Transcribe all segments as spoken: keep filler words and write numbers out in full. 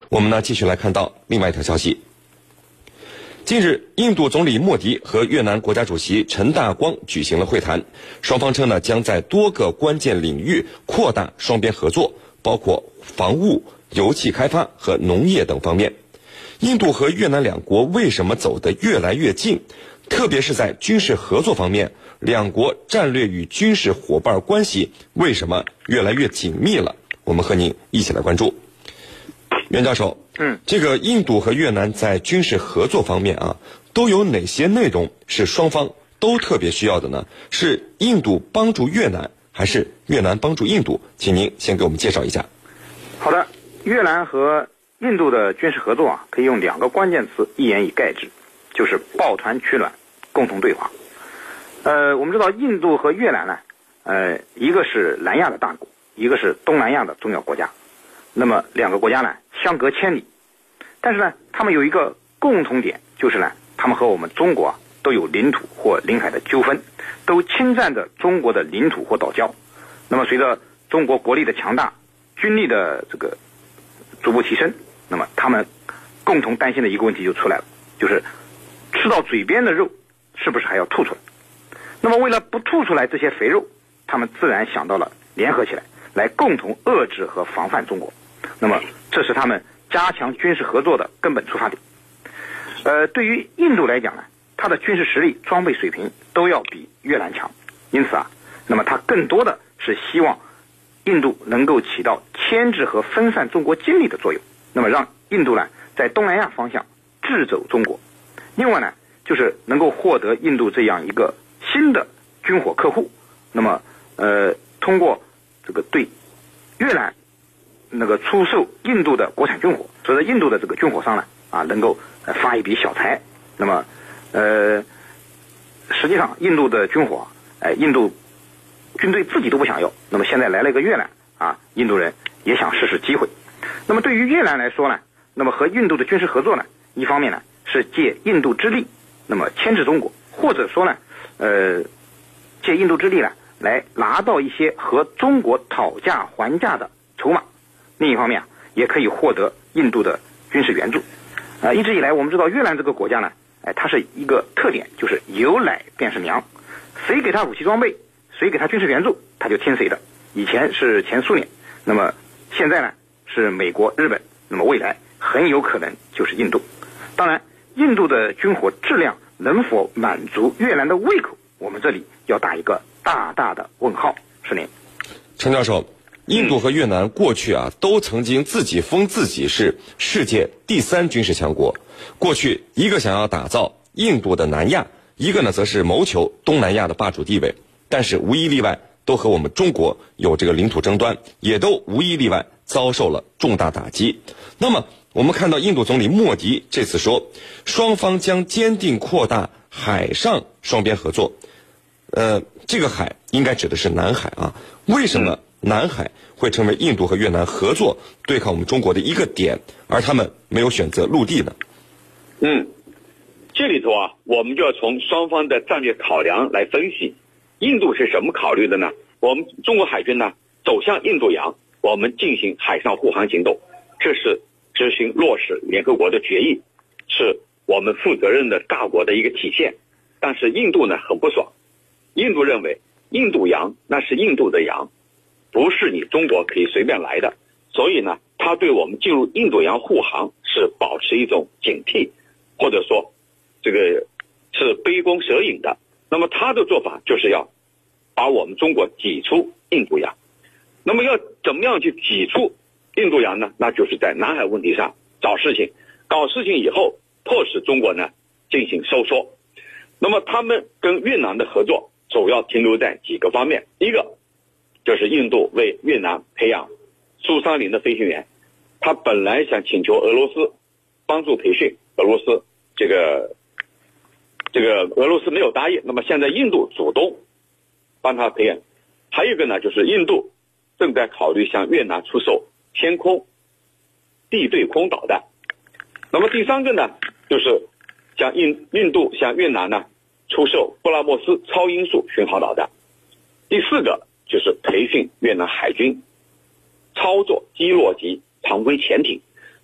我们呢继续来看到另外一条消息。近日，印度总理莫迪和越南国家主席陈大光举行了会谈，双方称呢将在多个关键领域扩大双边合作，包括防务、油气开发和农业等方面。印度和越南两国为什么走得越来越近？特别是在军事合作方面，两国战略与军事伙伴关系为什么越来越紧密了？我们和您一起来关注。袁教授， 嗯， 这个印度和越南在军事合作方面啊，都有哪些内容是双方都特别需要的呢？是印度帮助越南，还是越南帮助印度？请您先给我们介绍一下。 好的，越南和印度的军事合作啊，可以用两个关键词一言以概之，就是抱团取暖，共同对话。呃，我们知道印度和越南呢，呃，一个是南亚的大国，一个是东南亚的重要国家。那么两个国家呢，相隔千里，但是呢，他们有一个共同点，就是呢，他们和我们中国啊都有领土或领海的纠纷，都侵占着中国的领土或岛礁。那么随着中国国力的强大，军力的这个逐步提升，那么他们共同担心的一个问题就出来了，就是吃到嘴边的肉是不是还要吐出来？那么为了不吐出来这些肥肉，他们自然想到了联合起来，来共同遏制和防范中国。那么这是他们加强军事合作的根本出发点。呃，对于印度来讲呢，它的军事实力、装备水平都要比越南强，因此啊，那么它更多的是希望印度能够起到牵制和分散中国精力的作用，那么让印度呢在东南亚方向制走中国。另外呢，就是能够获得印度这样一个新的军火客户，那么呃，通过这个对越南那个出售印度的国产军火，使得印度的这个军火商呢啊能够呃发一笔小财。那么呃，实际上印度的军火，哎、呃，印度军队自己都不想要，那么现在来了一个越南啊，印度人也想试试机会。那么对于越南来说呢，那么和印度的军事合作呢，一方面呢是借印度之力，那么牵制中国，或者说呢，呃，借印度之力呢来拿到一些和中国讨价还价的筹码。另一方面啊，也可以获得印度的军事援助。呃，一直以来我们知道越南这个国家呢，哎、呃，它是一个特点，就是有奶便是娘，谁给他武器装备，谁给他军事援助，他就听谁的。以前是前苏联，那么现在呢是美国、日本，那么未来很有可能就是印度。当然，印度的军火质量能否满足越南的胃口，我们这里要打一个大大的问号。是您， 陈教授，印度和越南过去啊都曾经自己封自己是世界第三军事强国。过去一个想要打造印度的南亚，一个呢则是谋求东南亚的霸主地位，但是无一例外都和我们中国有这个领土争端，也都无一例外遭受了重大打击。那么我们看到印度总理莫迪这次说，双方将坚定扩大海上双边合作。呃，这个海应该指的是南海啊。为什么南海会成为印度和越南合作对抗我们中国的一个点，而他们没有选择陆地呢？ 嗯，这里头啊，我们就要从双方的战略考量来分析。印度是什么考虑的呢？我们中国海军呢走向印度洋，我们进行海上护航行动，这是执行落实联合国的决议，是我们负责任的大国的一个体现。但是印度呢很不爽，印度认为印度洋那是印度的洋，不是你中国可以随便来的，所以呢他对我们进入印度洋护航是保持一种警惕，或者说这个是杯弓蛇影的。那么他的做法就是要把我们中国挤出印度洋。那么要怎么样去挤出印度洋呢？那就是在南海问题上找事情，搞事情以后迫使中国呢进行收缩。那么他们跟越南的合作主要停留在几个方面，一个就是印度为越南培养苏三零的飞行员，他本来想请求俄罗斯帮助培训，俄罗斯这个这个俄罗斯没有答应，那么现在印度主动帮他培养。还有一个呢，就是印度正在考虑向越南出售天空地对空导弹。那么第三个呢，就是向印印度向越南呢出售布拉莫斯超音速巡航导弹。第四个就是培训越南海军操作基洛级常规潜艇。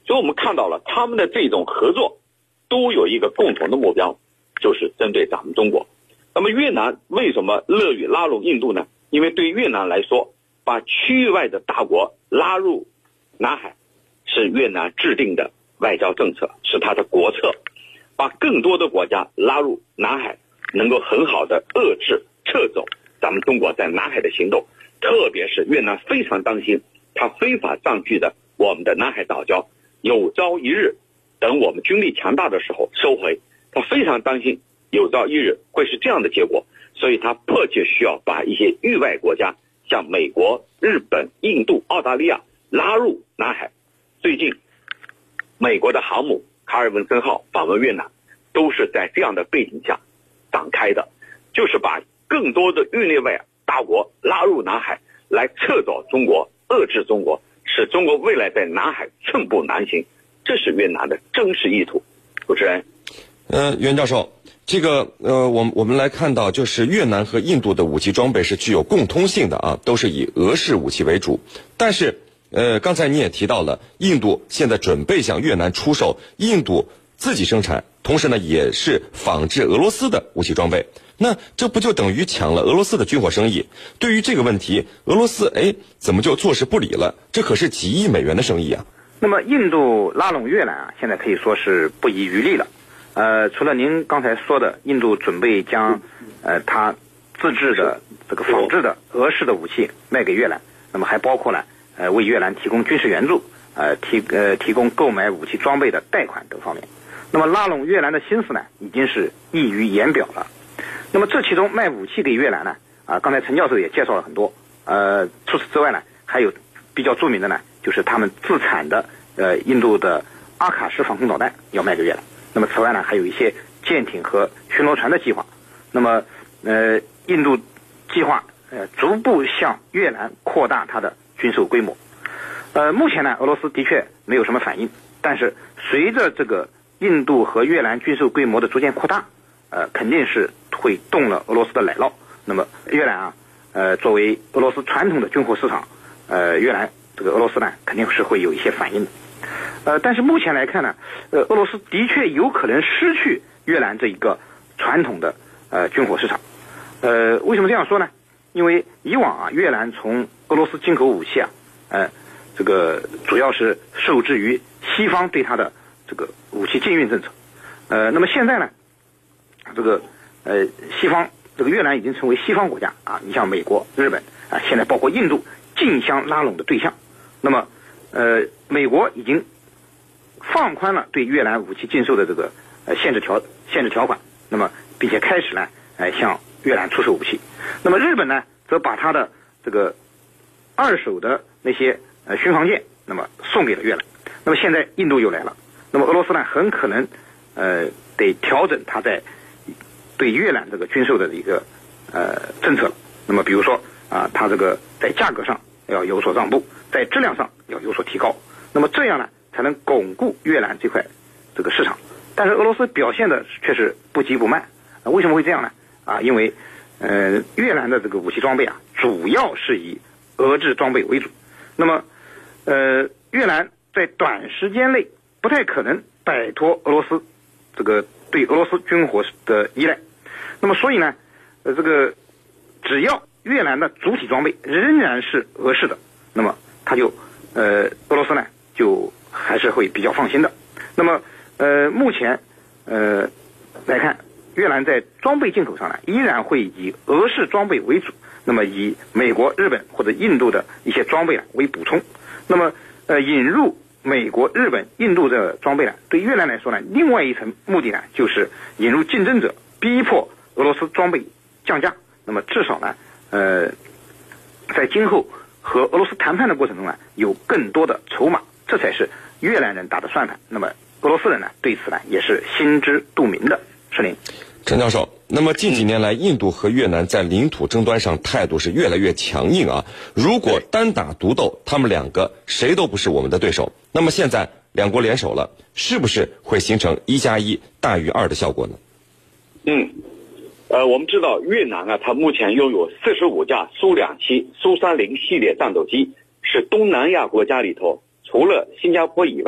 所以我们看到了他们的这种合作都有一个共同的目标，就是针对咱们中国。那么越南为什么乐于拉拢印度呢？因为对越南来说，把区域外的大国拉入南海是越南制定的外交政策，是它的国策。把更多的国家拉入南海，能够很好的遏制撤走咱们中国在南海的行动。特别是越南非常担心它非法占据的我们的南海岛礁有朝一日等我们军力强大的时候收回，他非常担心有朝一日会是这样的结果，所以他迫切需要把一些域外国家像美国、日本、印度、澳大利亚拉入南海。最近美国的航母卡尔文森号访问越南都是在这样的背景下展开的，就是把更多的域内外大国拉入南海，来撤走中国，遏制中国，使中国未来在南海寸步难行，这是越南的真实意图。主持人， 呃，袁教授，这个呃，我们我们来看到，就是越南和印度的武器装备是具有共通性的啊，都是以俄式武器为主。但是，呃，刚才你也提到了，印度现在准备向越南出售印度自己生产，同时呢也是仿制俄罗斯的武器装备。那这不就等于抢了俄罗斯的军火生意？对于这个问题，俄罗斯哎怎么就坐视不理了？这可是几亿美元的生意啊！ 那么印度拉拢越南啊，现在可以说是不遗余力了。呃，除了您刚才说的，印度准备将呃它自制的这个仿制的俄式的武器卖给越南，那么还包括了呃为越南提供军事援助，呃提呃提供购买武器装备的贷款等方面。那么拉拢越南的心思呢，已经是溢于言表了。那么这其中卖武器给越南呢，啊，刚才陈教授也介绍了很多。呃，除此之外呢，还有比较著名的呢，就是他们自产的呃印度的阿卡什防空导弹要卖给越南。那么此外呢，还有一些舰艇和巡逻船的计划。那么呃，印度计划呃逐步向越南扩大它的军售规模。呃，目前呢，俄罗斯的确没有什么反应，但是随着这个印度和越南军售规模的逐渐扩大，呃，肯定是会动了俄罗斯的奶酪。那么越南啊，呃，作为俄罗斯传统的军火市场，呃，越南这个俄罗斯呢，肯定是会有一些反应的。呃，但是目前来看呢，呃，俄罗斯的确有可能失去越南这一个传统的呃军火市场。呃，为什么这样说呢？因为以往啊，越南从俄罗斯进口武器啊，呃，这个主要是受制于西方对它的这个武器禁运政策。呃，那么现在呢，这个呃西方这个越南已经成为西方国家啊，你像美国、日本啊，现在包括印度竞相拉拢的对象。那么呃，美国已经放宽了对越南武器禁售的这个呃限制条限制条款，那么并且开始呢，呃向越南出售武器。那么日本呢，则把它的这个二手的那些呃巡防舰，那么送给了越南。那么现在印度又来了，那么俄罗斯呢，很可能呃得调整它在对越南这个军售的一个呃政策了。那么比如说啊，它这个在价格上要有所让步，在质量上要有所提高。那么这样呢，才能巩固越南这块这个市场。但是俄罗斯表现的却是不急不慢。啊、为什么会这样呢？啊，因为呃越南的这个武器装备啊，主要是以俄制装备为主。那么呃越南在短时间内不太可能摆脱俄罗斯这个对俄罗斯军火的依赖。那么所以呢，呃这个只要越南的主体装备仍然是俄式的，那么它就呃俄罗斯呢就还是会比较放心的。那么呃目前呃来看，越南在装备进口上呢，依然会以俄式装备为主，那么以美国、日本或者印度的一些装备呢为补充。那么呃引入美国、日本、印度的装备呢，对越南来说呢，另外一层目的呢，就是引入竞争者，逼迫俄罗斯装备降价。那么至少呢，呃，在今后和俄罗斯谈判的过程中呢，有更多的筹码，这才是越南人打的算盘。那么俄罗斯人呢，对此呢也是心知肚明的。是您， 陈教授，那么近几年来，印度和越南在领土争端上态度是越来越强硬啊。如果单打独斗，他们两个谁都不是我们的对手。那么现在两国联手了，是不是会形成一加一大于二的效果呢？ 嗯，呃，我们知道越南啊，它目前拥有四十五架苏两栖、苏三零系列战斗机，是东南亚国家里头除了新加坡以外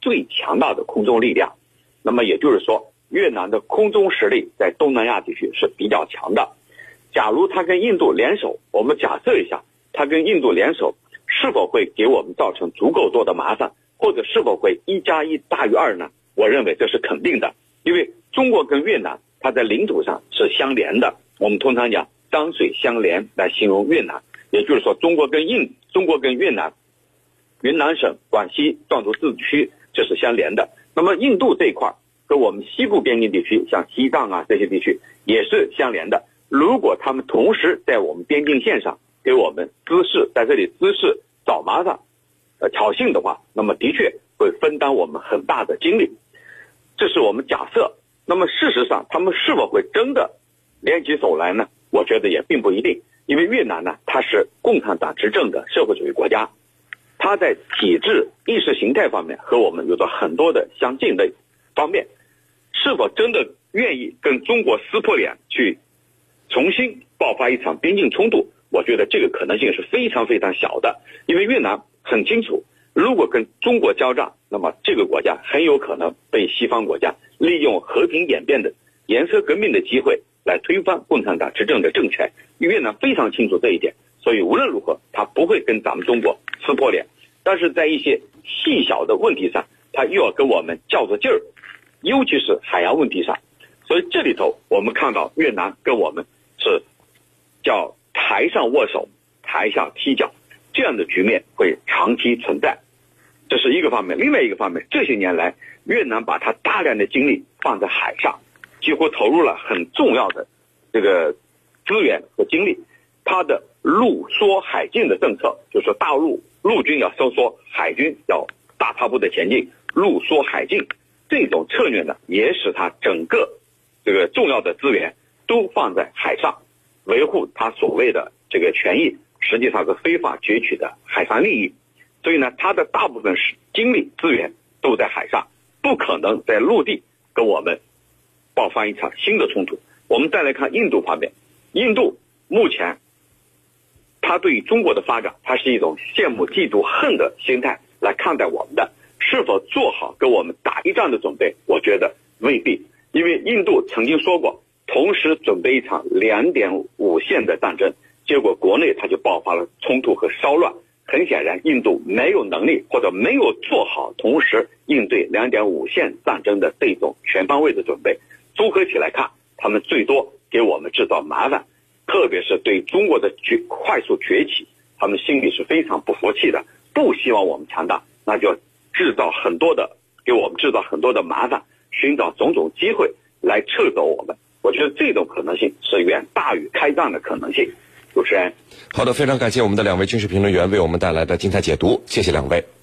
最强大的空中力量。那么也就是说，越南的空中实力在东南亚地区是比较强的。假如他跟印度联手，我们假设一下，他跟印度联手是否会给我们造成足够多的麻烦，或者是否会一加一大于二呢？我认为这是肯定的，因为中国跟越南它在领土上是相连的，我们通常讲山水相连来形容越南，也就是说中国跟印中国跟越南云南省、广西壮族自治区这是相连的。那么印度这一块跟我们西部边境地区，像西藏啊这些地区也是相连的。如果他们同时在我们边境线上给我们滋事，在这里滋事找麻烦、呃挑衅的话，那么的确会分担我们很大的精力。这是我们假设。那么事实上，他们是否会真的联起手来呢？我觉得也并不一定，因为越南呢，它是共产党执政的社会主义国家，它在体制、意识形态方面和我们有着很多的相近的方面，是否真的愿意跟中国撕破脸去重新爆发一场边境冲突，我觉得这个可能性是非常非常小的。因为越南很清楚，如果跟中国交战，那么这个国家很有可能被西方国家利用和平演变的颜色革命的机会来推翻共产党执政的政权。越南非常清楚这一点，所以无论如何他不会跟咱们中国撕破脸，但是在一些细小的问题上他又要跟我们较着劲儿，尤其是海洋问题上。所以这里头我们看到越南跟我们是叫台上握手台下踢脚，这样的局面会长期存在，这是一个方面。另外一个方面，这些年来越南把它大量的精力放在海上，几乎投入了很重要的这个资源和精力。它的陆缩海进的政策，就是说大陆陆军要收缩，海军要大踏步的前进，陆缩海进，这种策略呢，也使它整个这个重要的资源都放在海上，维护它所谓的这个权益，实际上是非法攫取的海上利益。所以呢，它的大部分精力资源都在海上，不可能在陆地跟我们爆发一场新的冲突。我们再来看印度方面，印度目前他对于中国的发展，他是一种羡慕嫉妒恨的心态来看待我们的，是否做好跟我们打一仗的准备，我觉得未必。因为印度曾经说过同时准备一场两点五线的战争，结果国内它就爆发了冲突和骚乱。很显然印度没有能力或者没有做好同时应对两点五线战争的这种全方位的准备。综合起来看，他们最多给我们制造麻烦，特别是对中国的崛快速崛起，他们心里是非常不服气的，不希望我们强大，那就制造很多的给我们制造很多的麻烦，寻找种种机会来撤走我们。我觉得这种可能性是远大于开战的可能性。主持人， 好的，非常感谢我们的两位军事评论员为我们带来的精彩解读，谢谢两位。